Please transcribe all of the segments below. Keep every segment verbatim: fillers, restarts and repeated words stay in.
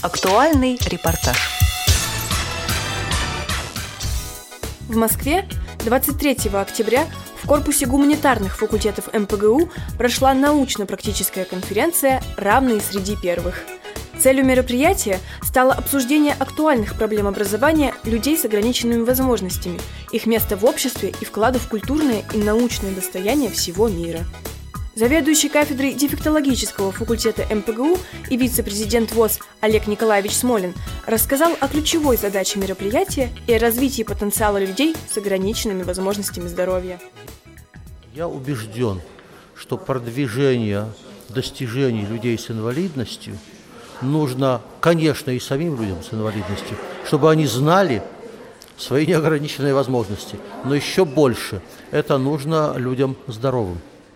Актуальный репортаж. В Москве двадцать третьего октября в корпусе гуманитарных факультетов эм пэ гэ у прошла научно-практическая конференция «Равные среди первых». Целью мероприятия стало обсуждение актуальных проблем образования людей с ограниченными возможностями, их места в обществе и вклада в культурное и научное достояние всего мира. Заведующий кафедрой дефектологического факультета эм пэ гэ у и вице-президент ВОС Олег Николаевич Смолин рассказал о ключевой задаче мероприятия и о развитии потенциала людей с ограниченными возможностями здоровья. Я убежден, что продвижение достижений людей с инвалидностью нужно, конечно, и самим людям с инвалидностью, чтобы они знали свои неограниченные возможности, но еще больше это нужно людям здоровым.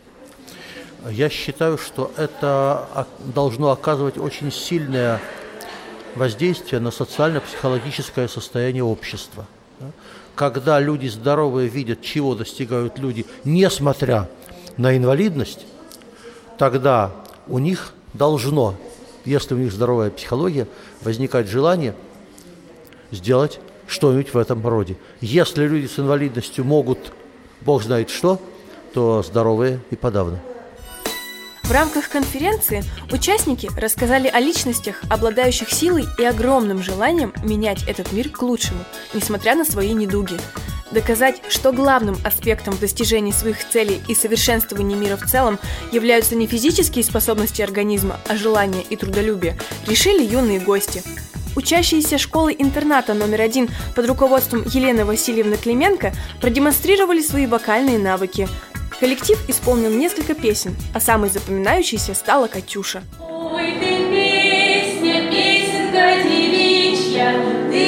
Я считаю, что это должно оказывать очень сильное воздействие на социально-психологическое состояние общества. Когда люди здоровые видят, чего достигают люди, несмотря на инвалидность, тогда у них должно, если у них здоровая психология, возникать желание сделать что-нибудь в этом роде. Если люди с инвалидностью могут, Бог знает что, то здоровые и подавно. В рамках конференции участники рассказали о личностях, обладающих силой и огромным желанием менять этот мир к лучшему, несмотря на свои недуги. Доказать, что главным аспектом в достижении своих целей и совершенствовании мира в целом являются не физические способности организма, а желание и трудолюбие, решили юные гости. Учащиеся школы-интерната номер один под руководством Елены Васильевны Клименко продемонстрировали свои вокальные навыки. Коллектив исполнил несколько песен, а самой запоминающейся стала «Катюша». Ой, ты песня, песенка девичья, ты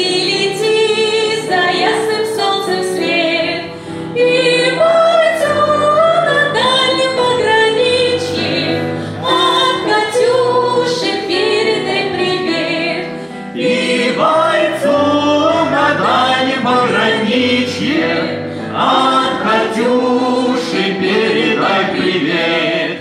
лети за ясным солнцем вслед, и бойцу на дальнем пограничье от Катюши передай привет. И бойцу на дальнем пограничье от Катюши передай привет.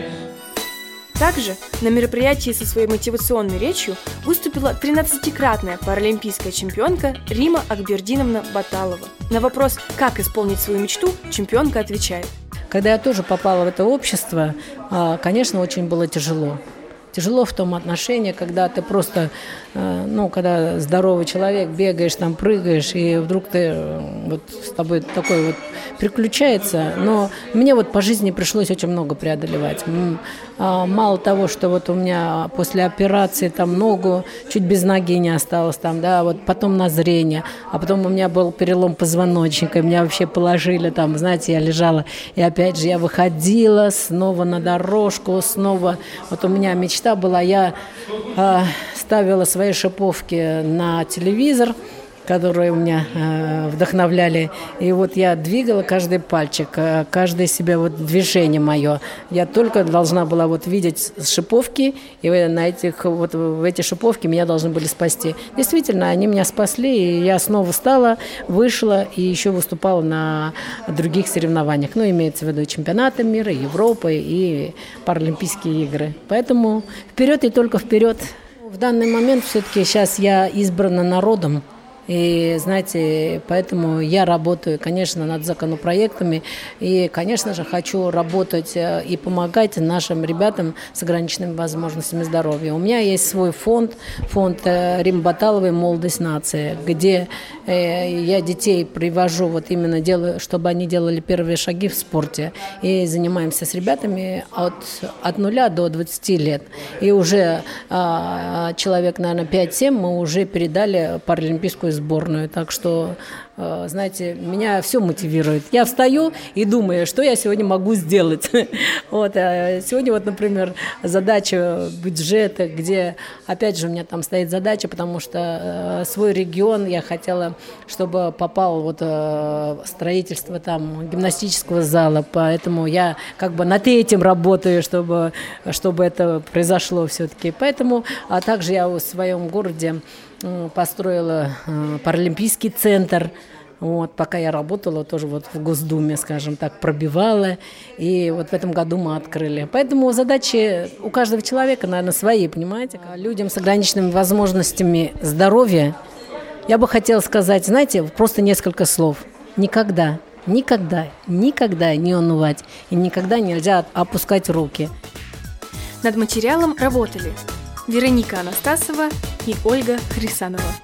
Также на мероприятии со своей мотивационной речью выступила тринадцатикратная паралимпийская чемпионка Рима Акбердиновна Баталова. На вопрос, как исполнить свою мечту, чемпионка отвечает: когда я тоже попала в это общество, конечно, очень было тяжело. Тяжело в том отношении, когда ты просто, ну, когда здоровый человек, бегаешь, там, прыгаешь, и вдруг ты, вот с тобой такое вот приключается. Но мне вот по жизни пришлось очень много преодолевать. Мало того, что вот у меня после операции там ногу чуть без ноги не осталось, там, да, вот потом на зрение, а потом у меня был перелом позвоночника, и меня вообще положили там, знаете, я лежала, и опять же я выходила снова на дорожку, снова, вот у меня мечта была, я э, ставила свои шиповки на телевизор, которые у меня э, вдохновляли, и вот я двигала каждый пальчик, э, каждое себе вот движение мое. Я только должна была вот видеть шиповки, и на этих, вот в эти шиповки меня должны были спасти. Действительно, они меня спасли, и я снова встала, вышла и еще выступала на других соревнованиях. Ну, имеется в виду чемпионаты мира, Европы и Паралимпийские игры. Поэтому вперед и только вперед. В данный момент все-таки сейчас я избрана народом. И, знаете, поэтому я работаю, конечно, над законопроектами и, конечно же, хочу работать и помогать нашим ребятам с ограниченными возможностями здоровья. У меня есть свой фонд, фонд Римы Баталовой «Молодость нации», где я детей привожу, вот именно делаю, чтобы они делали первые шаги в спорте. И занимаемся с ребятами от, от нуля до двадцати лет. И уже а, человек, наверное, пять-семь мы уже передали паралимпийскую сборную, так что, знаете, меня все мотивирует. Я встаю и думаю, что я сегодня могу сделать. Вот, сегодня вот, например, задача бюджета, где, опять же, у меня там стоит задача, потому что свой регион я хотела, чтобы попал вот строительство там гимнастического зала, поэтому я как бы над этим работаю, чтобы, чтобы это произошло все-таки. Поэтому, а также я в своем городе построила паралимпийский центр, Вот, пока я работала тоже вот в Госдуме, скажем так, пробивала. И вот в этом году мы открыли. Поэтому задачи у каждого человека, наверное, свои, понимаете? Людям с ограниченными возможностями здоровья я бы хотела сказать, знаете, просто несколько слов. Никогда, никогда, никогда не унывать. И никогда нельзя опускать руки. Над материалом работали Вероника Анастасова и Ольга Хрисанова.